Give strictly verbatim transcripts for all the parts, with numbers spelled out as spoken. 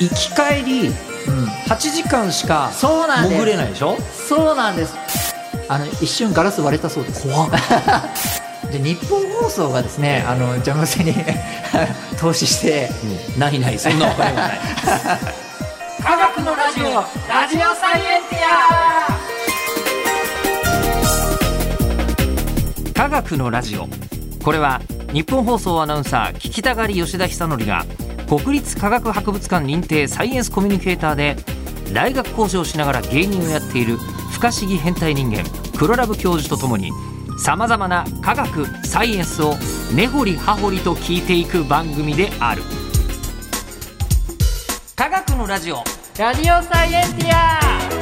行き帰り、うん、はちじかんしか潜れないでしょ。 そうなんです。あの一瞬ガラス割れたそうです。 怖っで日本放送がですね、あのジャムセに投資して、 うん、ないないそんなお金はない科学のラジオ、ラジオサイエンティア。科学のラジオ、これは日本放送アナウンサー聞きたがり吉田久典が国立科学博物館認定サイエンスコミュニケーターで大学講師をしながら芸人をやっている不可思議変態人間黒ラブ教授とともにさまざまな科学サイエンスを根掘り葉掘りと聞いていく番組である。科学のラジオ、 ラジオサイエンティア。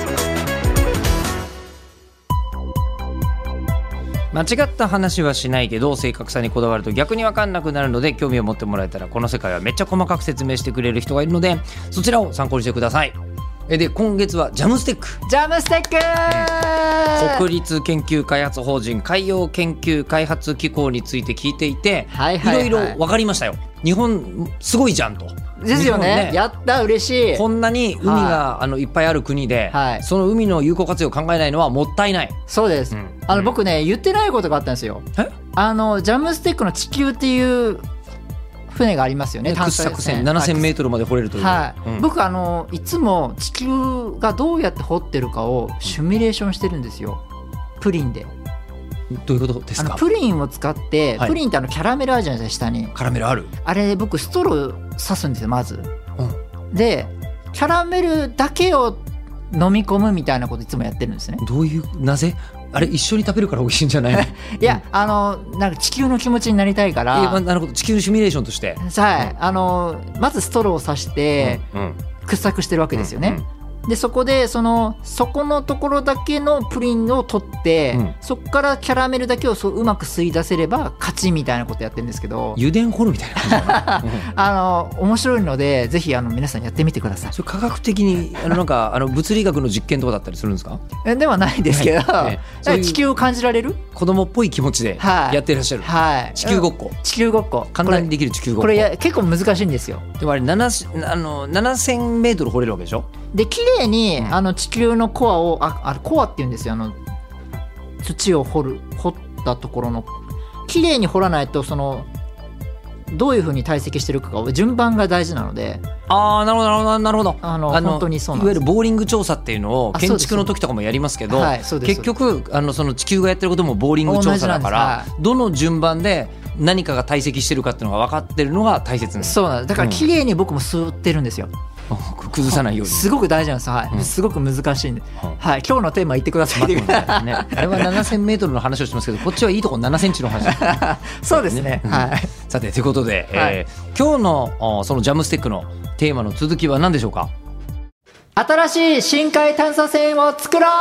間違った話はしないけど正確さにこだわると逆に分かんなくなるので、興味を持ってもらえたらこの世界はめっちゃ細かく説明してくれる人がいるので、そちらを参考にしてください。えで今月はジャムステックジャムステック、 うん、国立研究開発法人海洋研究開発機構について聞いていて、はいはいはい、いろいろ分かりましたよ。日本すごいじゃんと。 ですよ ね, ねやった嬉しい。 こんなに海が、はい、あのいっぱいある国で、はい、その海の有効活用を考えないのはもったいない。 そうです、うん、あの僕ね言ってないことがあったんですよ。えあのジャムステックの地球っていう船がありますよね。 掘削船ななせんメートルまで掘れるという、 はいうん、僕あのいつも地球がどうやって掘ってるかをシミュレーションしてるんですよ、プリンで。 どういうことですか？ あのプリンを使って、はい、プリンってあのキャラメルあるじゃないですか、下にカラメルある。 あれ僕ストロー刺すんですよまず、うん、でキャラメルだけを飲み込むみたいなこといつもやってるんですね。 どういう、なぜあれ一緒に食べるから美味しいんじゃないのいや、うん、あのなんか地球の気持ちになりたいから、 えーまあ、なるほど、地球シミュレーションとして、 はい、うん、あのまずストローを刺して掘削してるわけですよね、うんうんでそこでそのそこのところだけのプリンを取って、うん、そこからキャラメルだけをそううまく吸い出せれば勝ちみたいなことやってるんですけど、 油田掘るみたいな感じだな、うん、 あの面白いのでぜひあの皆さんやってみてください。 それ科学的にあのなんかあの物理学の実験とかだったりするんですか？ えではないですけど、はいはい、地球を感じられる子供っぽい気持ちでやっていらっしゃる、はい、地球ごっこ地球ごっこ簡単にできる地球ごっこ、 これ、これ結構難しいんですよ。 でもあれなななせんメートル掘れるわけでしょ。 で綺麗に、うん、あの地球のコアをああコアって言うんですよ、あの土を掘る掘ったところの綺麗に掘らないと、そのどういう風に堆積してるかが順番が大事なので。 ああなるほどなるほど。 あの本当にそうなんです。 いわゆるボーリング調査っていうのを建築の時とかもやりますけど、はい、結局あのその地球がやってることもボーリング調査だから、はい、どの順番で何かが堆積してるかっていうのが分かってるのが大切なんです。 そうなんです。だから綺麗に僕も吸ってるんですよ、 うん、崩さないように。 すごく大事なんです、はいうん、すごく難しいんで、うんはい、今日のテーマ言ってください、ね、 あれはななせんメートルの話をしてますけど、こっちはいいとこななセンチの話そうですね、はい、 さてということで、はいえー、今日のそのジャムステックのテーマの続きは何でしょうか？ 新しい深海探査船を作ろ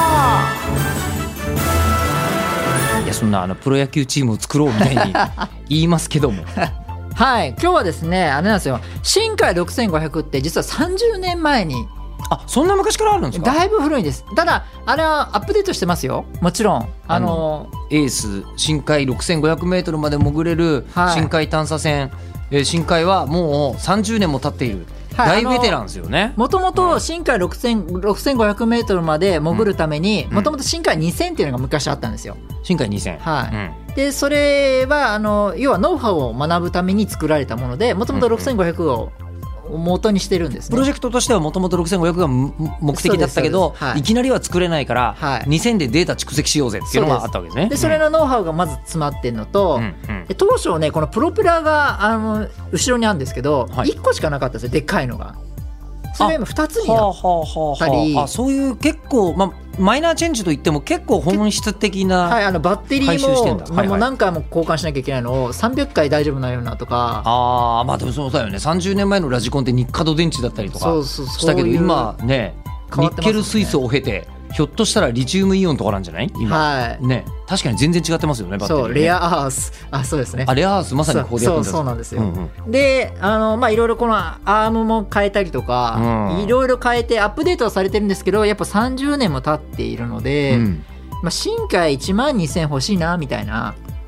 う。いやそんなあのプロ野球チームを作ろうみたいに言いますけどもはい今日はですねあれなんですよ、深海ろくせんごひゃくって実はさんじゅうねんまえに。 あそんな昔からあるんですか？ だいぶ古いです。ただあれはアップデートしてますよ、もちろん。あのエース深海ろくせんごひゃくメートルまで潜れる深海探査船、はいえー、深海はもうさんじゅうねんも経っている、はい、大ベテランですよね。 もともと深海ろくせんごひゃくメートルまで潜るためにもともと深海にせんっていうのが昔あったんですよ。 深海にせん、 はいうん、でそれはあの要はノウハウを学ぶために作られたもので、もともとろくせんごひゃくを元にしてるんですね。 プロジェクトとしてはもともとろくせんごひゃくが目的だったけど、はい、いきなりは作れないから、はい、にせんでデータ蓄積しようぜっていうのがあったわけですね。 でそれのノウハウがまず詰まってるのと、うんうん、当初ねこのプロペラがあの後ろにあるんですけど、はい、いっこしかなかったんですよ、でっかいのが。それが今ふたつになったり、 あそういう結構、ま、マイナーチェンジといっても結構本質的なはい、あのバッテリー も, もう何回も交換しなきゃいけないのをさんびゃっかい大丈夫なようなとか。 あまあでもそうだよね、さんじゅうねんまえのラジコンってニッカド電池だったりとかしたけど、今ねニッケル水素を経てひょっとしたらリチウムイオンとかなんじゃない今、はいね、確かに全然違ってますよねバッテリーね。 そうレアアースあそうですねあレアアースまさにここでやってるんだ。 そうそうなんですよ、うんうん、であのまあいろいろこのアームも変えたりとかいろいろ変えてアップデートはされてるんですけど、やっぱさんじゅうねんも経っているので、うんまあ、深海いちまんにせん欲しいなみたいな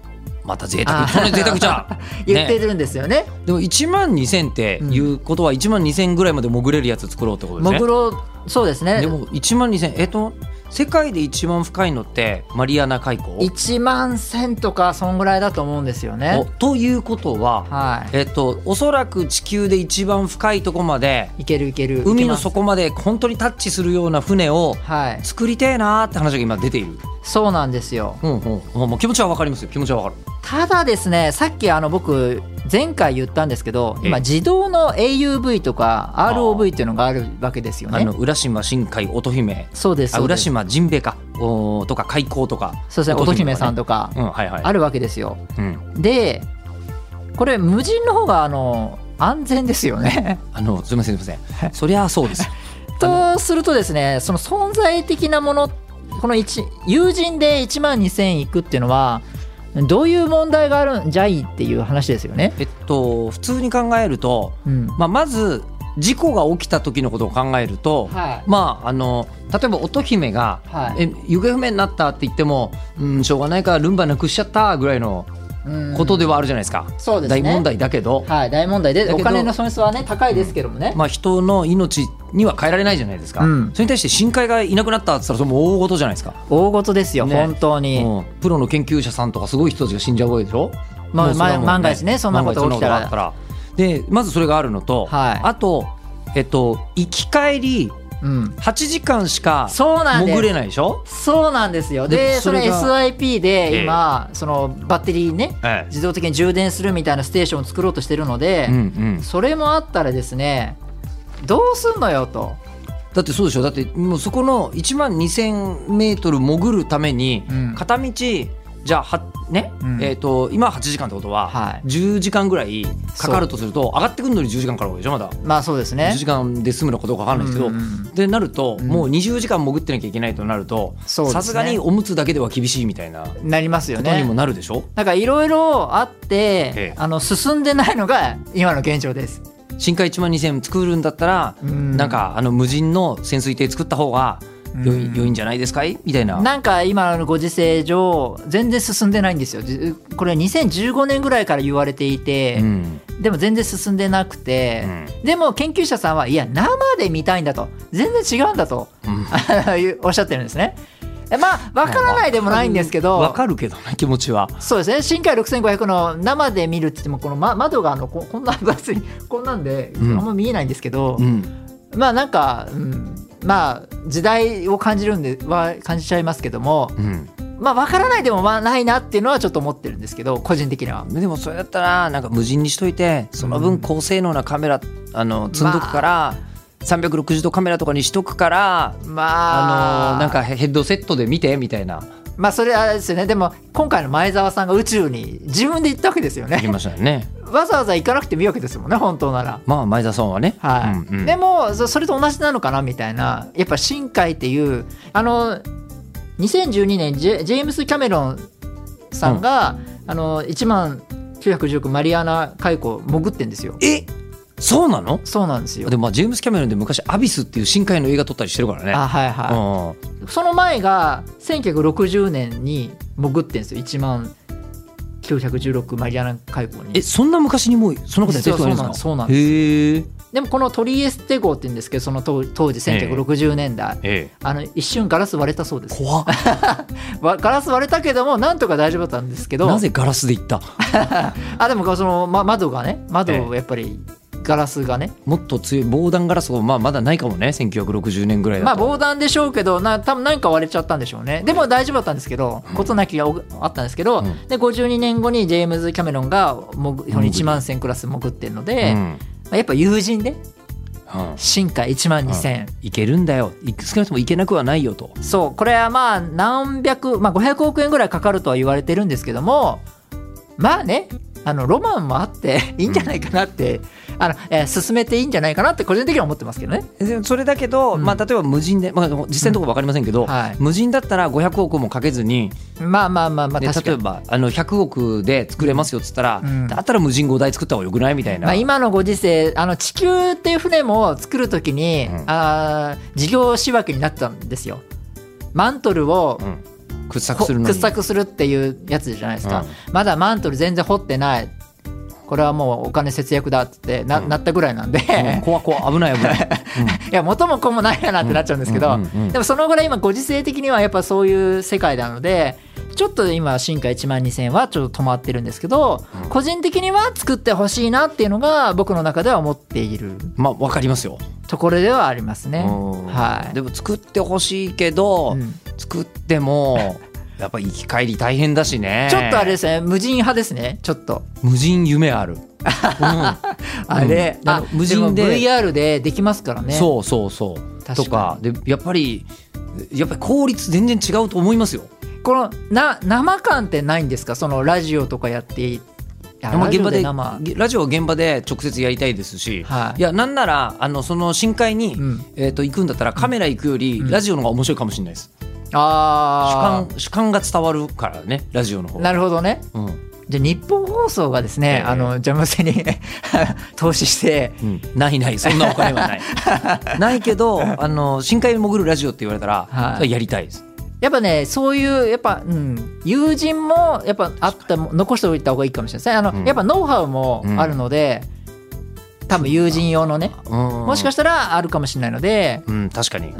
また贅沢その贅沢じゃん言ってるんですよね。 でもいちまんにせんっていうことはいちまんにせんぐらいまで潜れるやつ作ろうってことですね。 潜ろう、そうですね。 でもいちまんにせん、えっと世界で一番深いのってマリアナ海溝、 いちまんせんとかそんぐらいだと思うんですよね。 ということは、はい、えっとおそらく地球で一番深いとこまでいけるいける、 海の底まで本当にタッチするような船を作りてえなーって話が今出ている。 そうなんですよ、うんうん、もう気持ちは分かりますよ、気持ちは分かる。 ただですね、さっきあの僕前回言ったんですけど、今自動の エーユーブイ とか アールオーブイ っていうのがあるわけですよね。 あの浦島新海乙姫、 そうです、 浦島ジンベエかおとか開口とか、 そうですね、乙姫さんとかあるわけですよ、うん、でこれ無人の方があの安全ですよね。 あのすいませんすいませんそりゃそうですとするとですね、その存在的なもの、この有人でいちまんにせんいくっていうのはどういう問題があるんじゃいっていう話ですよね。 えっと普通に考えると、うんまあ、まず事故が起きた時のことを考えると、はい、まああの例えば乙姫が、はい、え行方不明になったって言っても、うん、しょうがないからルンバなくしちゃったぐらいのことではあるじゃないですか。 そうですね、 大問題だけど、 はい、大問題でお金の損失はね高いですけどもね、 うんまあ、人の命には変えられないじゃないですか、うん、それに対して深海がいなくなったって言ったらそれも大事じゃないですか。 大事ですよ、ね、本当に、うん、 プロの研究者さんとかすごい人たちが死んじゃうわけでしょ、 まあ、ま万が一ねそんなこと起きたら、 らでまずそれがあるのと、はい、あと、えっと、行き帰りうん、はちじかんしか潜れないでしょ。 そうなんですよ。で、でそれ エスアイピー で今、ええ、そのバッテリーね、ええ、自動的に充電するみたいなステーションを作ろうとしてるので、うんうん、それもあったらですね、どうすんのよと。 だってそうでしょ。だってもうそこのいちまんにせんメートル潜るために片道、うん、じゃあはね、うん、えーと今ははちじかんってことは、はい、じゅうじかんぐらいかかるとすると上がってくるのにじゅうじかんかかるわけでしょ。まだまあそうですね、 じゅうじかんで済むのかどうか分かんないですけど、うんうん、でなると、うん、もうにじゅうじかん潜ってなきゃいけないとなるとさすがにおむつだけでは厳しいみたいななりますよね。 ことにもなるでしょ。 なんかいろいろあって、ええ、あの進んでないのが今の現状です。 深海いちまんにせん作るんだったら、うん、なんかあの無人の潜水艇作った方が良い、良いんじゃないですかいみたいな。 なんか今のご時世上全然進んでないんですよ。これにせんじゅうごねんぐらいから言われていて、うん、でも全然進んでなくて、うん、でも研究者さんはいや生で見たいんだと、全然違うんだと、うん、おっしゃってるんですね。まあ分からないでもないんですけど、 分かるけどね、気持ちは。 そうですね。深海ろくせんごひゃくの生で見るって言ってもこの、ま、窓があの こ, こんな分厚いこんなんであんま見えないんですけど、うん、まあなんか、うん、まあ時代を感じるんでは感じちゃいますけども、うん、まあ分からないでもまあないなっていうのはちょっと思ってるんですけど、個人的には。 でもそれだったらなんか無人にしといてその分高性能なカメラ、うん、あの積んどくから、まあさんびゃくろくじゅうどカメラとかにしとくから、まあ、あのなんかヘッドセットで見てみたいな。 まあそれはですよね。でも今回の前澤さんが宇宙に自分で行ったわけですよね。 行きましたよね。 わざわざ行かなくてもいいわけですもんね、本当なら。 まあ前澤さんはね、 はい、うんうん、でもそれと同じなのかなみたいな。やっぱ深海っていうあのにせんじゅうにねんジェ、ジェームス・キャメロンさんが、うん、あのいちまんきゅうひゃくじゅうろくマリアナ海溝潜ってんですよ。 えそうなの？ そうなんですよ。 でもまあジェームス・キャメロンで昔アビスっていう深海の映画撮ったりしてるからね。 あ、はいはい、うん、その前がせんきゅうひゃくろくじゅうねんに潜ってんですよ。いちまんきゅうひゃくじゅうろくマリアナ海溝に。 えそんな昔にもうそんなことやってる人がいるんですか？ そうなんです。へー。でもこのトリエステ号って言うんですけど、その当時せんきゅうひゃくろくじゅうねんだい、ええ、あの一瞬ガラス割れたそうです。 怖っガラス割れたけどもなんとか大丈夫だったんですけど。 なぜガラスでいったあでもその、ま、窓がね窓をやっぱり、ええガラスがねもっと強い防弾ガラスが、まあ、まだないかもね。せんきゅうひゃくろくじゅうねんぐらいだと。 まあ防弾でしょうけどな多分何か割れちゃったんでしょうね。でも大丈夫だったんですけど、うん、事なきがあったんですけど、うん、でごじゅうにねんごにジェームズ・キャメロンがいちまんせんクラス潜ってるので、うんまあ、やっぱ友人で、うん、深海いちまんにせん、うん、 いけるんだよ。少なくともいけなくはないよと。 そうこれはまあ何百、まあ、ごひゃくおくえんぐらいかかるとは言われてるんですけども、まあねあのロマンもあっていいんじゃないかなって、うん、あのえー、進めていいんじゃないかなって個人的には思ってますけどね。 それだけど、うんまあ、例えば無人で、まあ、実際のところ分かりませんけど、うんはい、無人だったらごひゃくおくもかけずに、 まあまあまあまあ確かに例えばあのひゃくおくで作れますよっつったら、うん、だったら無人ごだい作った方がよくないみたいな、 まあ、今のご時世あの地球っていう船も作るときに、うん、あ事業仕分けになったんですよ。マントルを、うん掘削するのに掘削するっていうやつじゃないですか、うん、まだマントル全然掘ってない、これはもうお金節約だってな、うん、なったぐらいなんで、 うん、怖怖危ない危ない、 うん、いや元も子もないやなってなっちゃうんですけど、でもそのぐらい今ご時世的にはやっぱそういう世界なので、ちょっと今進化いちまんにせんはちょっと止まってるんですけど、うん、個人的には作ってほしいなっていうのが僕の中では思っている、 まあ分かりますよ、 ところではありますね、はい、 でも作ってほしいけど、うん、作ってもやっぱ行き帰り大変だしね。 ちょっとあれですね、無人派ですね。ちょっと無人夢ある、うん、 あれ、うん、あ無人で ブイアール でできますからね。 そうそうそうとかで、やっぱりやっぱり効率全然違うと思いますよ。 このな生感ってないんですか、そのラジオとかやっていまあ、現場でラジオは現場で直接やりたいですし、はい、いやなんならあのその深海に、うんえー、と行くんだったらカメラ行くよりラジオの方が面白いかもしれないです、うん、あ主観主観が伝わるからね、ラジオの方。 なるほどね、うん、じゃあ日本放送がですね、えー、あのジャムセに投資して、 うん、ないないそんなお金はないないけどあの深海に潜るラジオって言われたら、はい、やりたいです。 やっぱねそういうやっぱ、うん、友人もやっぱあった残しておいた方がいいかもしれないですね。あの、うん、やっぱノウハウもあるので、うん、多分友人用のね、うん、もしかしたらあるかもしれないので、 うん、確かに、うん、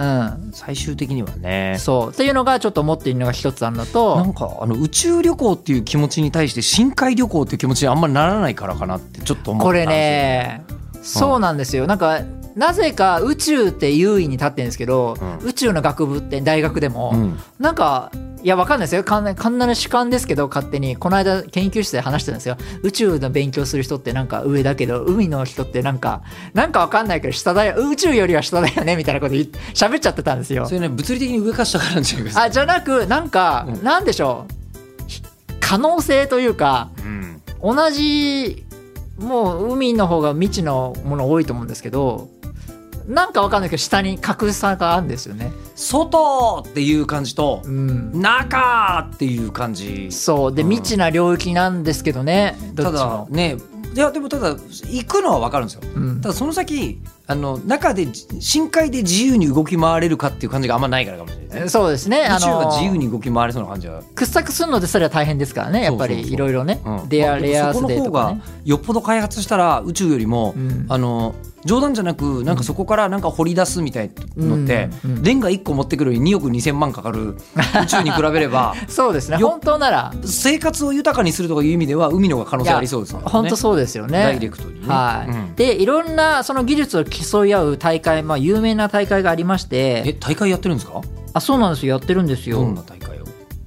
最終的にはねそうっていうのがちょっと思っているのが一つあるのと、 なんかあの宇宙旅行っていう気持ちに対して深海旅行っていう気持ちにあんまりならないからかなってちょっと思ったんですよ。 これねそうなんですよ。なんかなぜか宇宙って優位に立ってるんですけど、うん、宇宙の学部って大学でも、うん、なんかいや分かんないですよ、かんなり主観ですけど勝手にこの間研究室で話してたんですよ。宇宙の勉強する人ってなんか上だけど海の人ってなんかなんか分かんないけど下だよ、宇宙よりは下だよねみたいなこと喋っちゃってたんですよ。 それね物理的に上か下かなんじゃないですか。 あじゃなくなんか、うん、なんでしょう可能性というか、うん、同じもう海の方が未知のもの多いと思うんですけど、なんかわかんないけど下に格差があるんですよね。 外っていう感じと、うん、中っていう感じ。 そうで、うん、未知な領域なんですけどね。どっちもただね、いやでもただ行くのは分かるんですよ、うん、ただその先あの中で深海で自由に動き回れるかっていう感じがあんまないからかもしれないですね。 そうですね、 宇宙が自由に動き回れそうな感じは掘削するのでそれは大変ですからね、やっぱりいろいろね、レアレアースデーとかね。そこの方がよっぽど開発したら宇宙よりも、うん、あの冗談じゃなくなんかそこからなんか掘り出すみたいのって、うんうん、レンガいっこ持ってくるのににおくにせんまんかかる宇宙に比べればそうですね、本当なら生活を豊かにするとかいう意味では海の方が可能性ありそうですよね。 本当そうですよね、 ダイレクトにね、 はい、うん、でいろんなその技術を競い合う大会、まあ、有名な大会がありまして。 え大会やってるんですか？ あそうなんですよ、やってるんですよ。 どんな大会を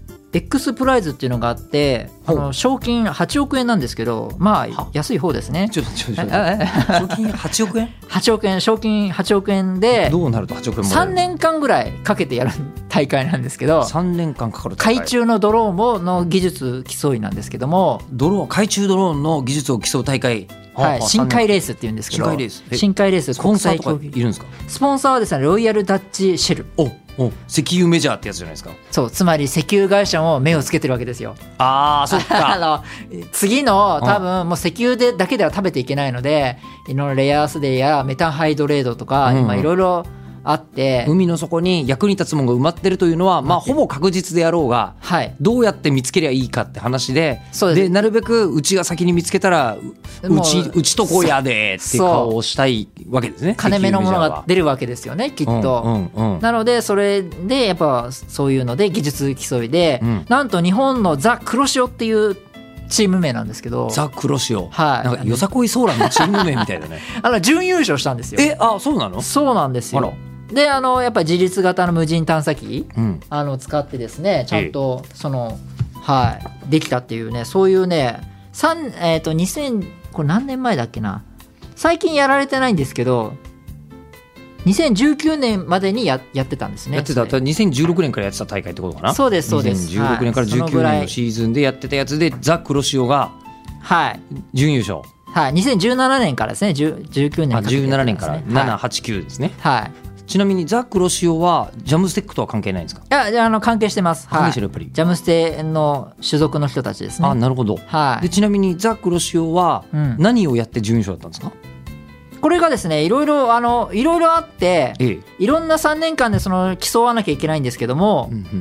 X プライズっていうのがあって、あの賞金はちおくえんなんですけど、まあ安い方ですね。 ちょっとちょっと賞金はちおくえんはちおくえん、賞金はちおくえんでどうなるとはちおくえんもらえる？さんねんかんぐらいかけてやる大会なんですけど、 さんねんかんかかる大会。 海中のドローンもの技術競いなんですけども、 ドローン海中ドローンの技術を競う大会、 はい、深海レースっていうんですけど、 深海レース、 深海レーススポンサーとかいるんですか？ スポンサーはですね、ロイヤルダッチシェル。 おお石油メジャーってやつじゃないですか。 そう、つまり石油会社も目をつけてるわけですよ。 ああそっかあの次の多分もう石油でだけでは食べていけないので、いろいろレアアースデーやメタンハイドレードとか、うん、今いろいろあって、 海の底に役に立つものが埋まってるというのは、まあ、ほぼ確実であろうが、はい、どうやって見つけりゃいいかって話 で, で, でなるべくうちが先に見つけたらうちうちとこやでって顔をしたいわけですね。 金目のものが出るわけですよねきっと、うんうんうん、なのでそれでやっぱそういうので技術競いで、うん、なんと日本のザ・黒潮っていうチーム名なんですけど、 ザ・黒潮、はい、なんかよさこいソーランのチーム名みたいだねあの準優勝したんですよ。 えあそうなの？ そうなんですよ。であのやっぱり自律型の無人探査機、うん、あの使ってですねちゃんとその、はい、できたっていうね、そういうねさん、えー、とにせんこれ何年前だっけな、最近やられてないんですけどにせんじゅうきゅうねんまでに や, やってたんですね。 やってたにせんじゅうろくねんからやってた大会ってことかな。 そうですそうです。 にせんじゅうろくねんからじゅうきゅうねんのシーズンでやってたやつで、はい、ザ・黒潮が準優勝、 はい、にせんじゅうななねんからですね。じゅうきゅうねんかけてやってたんですね。じゅうななねんからなな、はち、きゅうですね。はい。 ちなみにザ・黒潮はジャムステックとは関係ないんですか？ いやあの関係してます。 関係してるやっぱり、 はい、ジャムステの種族の人たちですね。 あなるほど、はい、でちなみにザ・黒潮は何をやって準優勝だったんですか？ うん、これがですねいろいろあのいろいろあって、ええ、いろんなさんねんかんでその競わなきゃいけないんですけども、うんうんうん、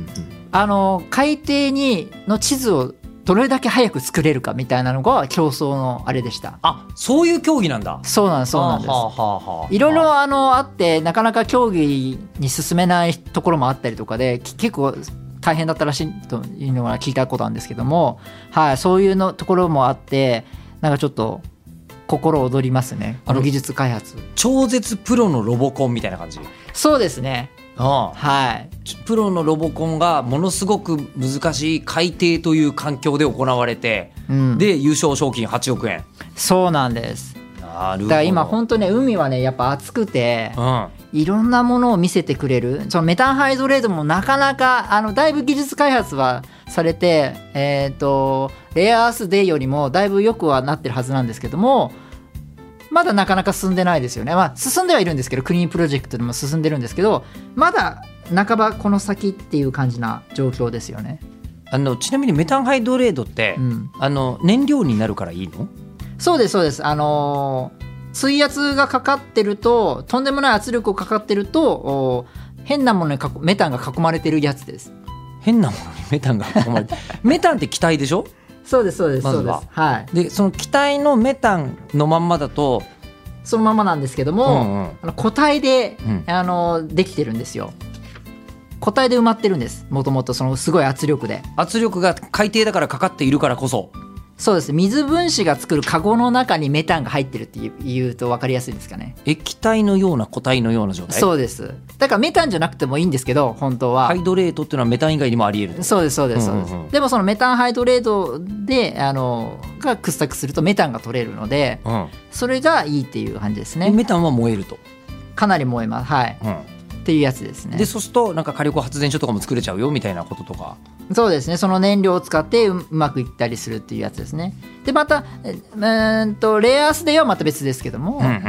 あの海底にの地図をどれだけ早く作れるかみたいなのが競争のあれでした。 あ、そういう競技なんだ。 そうなんです、そうなんです。 はあはあはあ、 いろいろあのあってなかなか競技に進めないところもあったりとかで結構大変だったらしいというのは聞いたことなんですけども、はい、そういうのところもあってなんかちょっと心躍りますね、あの技術開発。 超絶プロのロボコンみたいな感じ。 そうですね、 ああ、 はい、 プロのロボコンがものすごく難しい海底という環境で行われて、うん、で優勝賞金はちおくえん。 そうなんです。 なるほど。 だから今本当ね海はねやっぱ暑くて、うん、いろんなものを見せてくれる。そのメタンハイドレートもなかなかあのだいぶ技術開発はされて、えーとレアアースデーよりもだいぶ良くはなってるはずなんですけども、まだなかなか進んでないですよね。まあ進んではいるんですけど、クリーンプロジェクトでも進んでるんですけど、まだ半ばこの先っていう感じな状況ですよね。 あのちなみにメタンハイドレートって、うん、あの燃料になるからいいの？ そうですそうです。あのー、水圧がかかってると、とんでもない圧力がかかってると変なものにメタンが囲まれてるやつです。 変なものにメタンが囲まれてメタンって気体でしょ？ そうですそうです、 まずは、 そうです、はい、 でその気体のメタンのまんまだとそのままなんですけども、うんうん、あの固体で、うん、あのできてるんですよ。固体で埋まってるんです。もともとそのすごい圧力で圧力が海底だからかかっているからこそ。 そうです。水分子が作るカゴの中にメタンが入ってるっていうと分かりやすいですかね。 液体のような固体のような状態。 そうです。だからメタンじゃなくてもいいんですけど、本当はハイドレートっていうのはメタン以外にもあり得る。 そうですそうですそうです、うんうんうん、でもそのメタンハイドレートであのが掘削するとメタンが取れるので、うん、それがいいっていう感じですね。 メタンは燃えると。 かなり燃えます。はい、うん、っていうやつですね。 でそうするとなんか火力発電所とかも作れちゃうよみたいなこととか。 そうですね。その燃料を使ってうまくいったりするっていうやつですね。でまたえー、とレアアースデーはまた別ですけども、うんうんうん、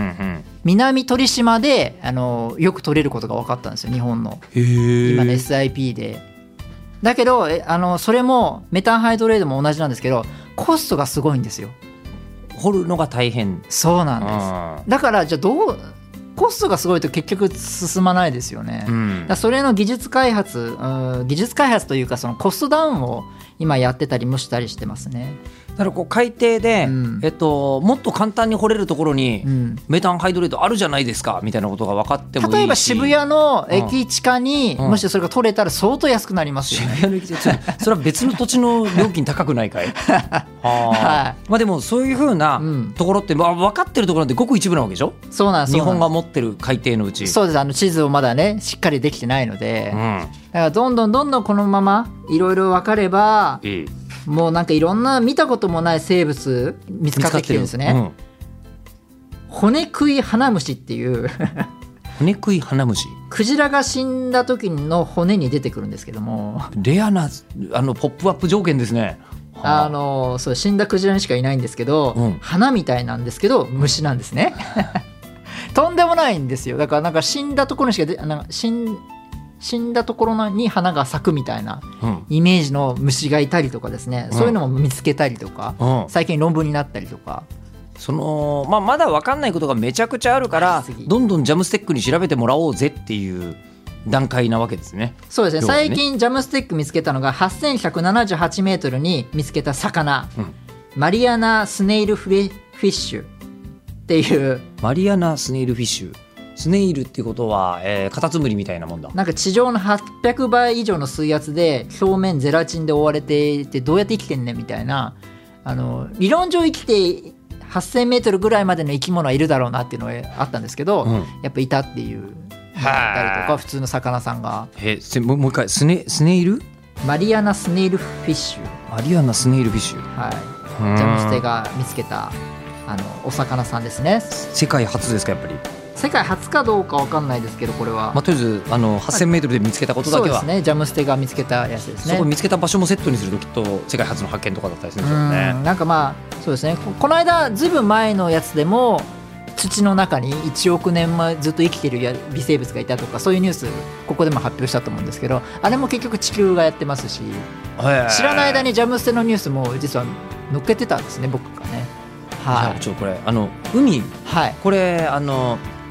南鳥島であのよく取れることが分かったんですよ、日本の。 へー。 今の エスアイピー で。だけどえあのそれもメタンハイドレートも同じなんですけど、コストがすごいんですよ。 掘るのが大変。 そうなんです。だからじゃあどうコストがすごいと結局進まないですよね、うん、だそれの技術開発、うん、技術開発というかそのコストダウンを今やってたりもしたりしてますね。 だからこう海底で、うんえっと、もっと簡単に掘れるところにメタンハイドレートあるじゃないですかみたいなことが分かってもいいし、 例えば渋谷の駅地下に、うん、もしそれが取れたら相当安くなりますよね。 渋谷の駅地下それは別の土地の料金高くないかいは、はい、まあ、でもそういう風なところって、まあ、分かってるところなんてごく一部なわけでしょ。 そうなんです。 日本が持ってる海底のうち。 そうです。あの地図をまだねしっかりできてないので、うん、だからどんどんどんどんこのままいろいろ分かればいい、もうなんかいろんな見たこともない生物見つかってきてるんですね、うん、骨食いハナムシっていう骨食いハナムシ、 クジラが死んだ時の骨に出てくるんですけども、 レアなあのポップアップ条件ですね。 あのそう死んだクジラにしかいないんですけど、うん、花みたいなんですけど虫なんですねとんでもないんですよ。だからなんか死んだところにしかでなんか死ん死んだところに花が咲くみたいなイメージの虫がいたりとかですね、うん、そういうのも見つけたりとか、うん、最近論文になったりとか、 その、まあ、まだ分かんないことがめちゃくちゃあるからどんどんジャムステックに調べてもらおうぜっていう段階なわけですね。 そうですね。最近ジャムステック見つけたのがはっせんひゃくななじゅうはちメートルに見つけた魚、うん、マリアナスネイルフィッシュっていう。 マリアナスネイルフィッシュ、スネイルっていうことは、えー、カタツムリみたいなもんだ。 なんか地上のはっぴゃくばい以上の水圧で表面ゼラチンで覆われていてどうやって生きてんねんみたいな、あの理論上生きてはっせんメートルぐらいまでの生き物はいるだろうなっていうのがあったんですけど、うん、やっぱいたっていうたりとか、普通の魚さんが。 えもう一回スネ、スネイルマリアナスネイルフィッシュ。 マリアナスネイルフィッシュ、 はい、ジャムステが見つけたあのお魚さんですね。 世界初ですか？やっぱり世界初かどうか分かんないですけど、これは、 まあ、とりあえずあのはっせんメートルで見つけたことだけは、 そうですね、ジャムステが見つけたやつですね。 そこ見つけた場所もセットにするときっと世界初の発見とかだったりするんですよね。 なんかまあそうですね、この間ずいぶん前のやつでも土の中にいちおくねんまえずっと生きてる微生物がいたとか、そういうニュースここでも発表したと思うんですけど、あれも結局地球がやってますし、知らない間にジャムステのニュースも実は載っけてたんですね、僕がね。 はい、ちょっとこれあの海、はい、これあの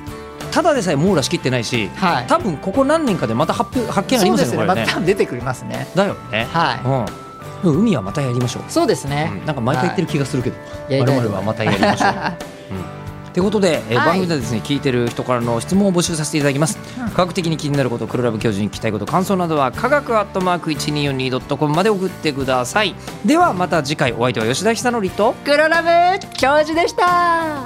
ただでさえ網羅しきってないし、 はい、 多分ここ何年かでまた発表発見ありますよね。 そうですね、 これねまた出てくりますね。 だよね、 はい、うん、海はまたやりましょう。 そうですね、 うん、なんか毎回言ってる気がするけど、 はい、 我々はまたやりましょう、うんということで、えーはい、 番組ではですね聞いてる人からの質問を募集させていただきます、うん、科学的に気になること、黒ラブ教授に聞きたいこと、感想などは科学アットマーク いちにーよんにードットコム まで送ってください。ではまた次回、お相手は吉田久典と黒ラブ教授でした。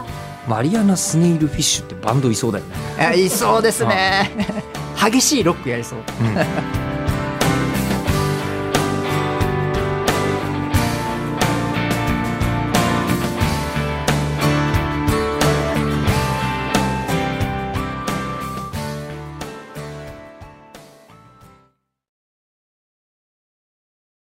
マリアナスネイルフィッシュってバンドいそうだよね。 いや、いそうですね激しいロックやりそう、 うん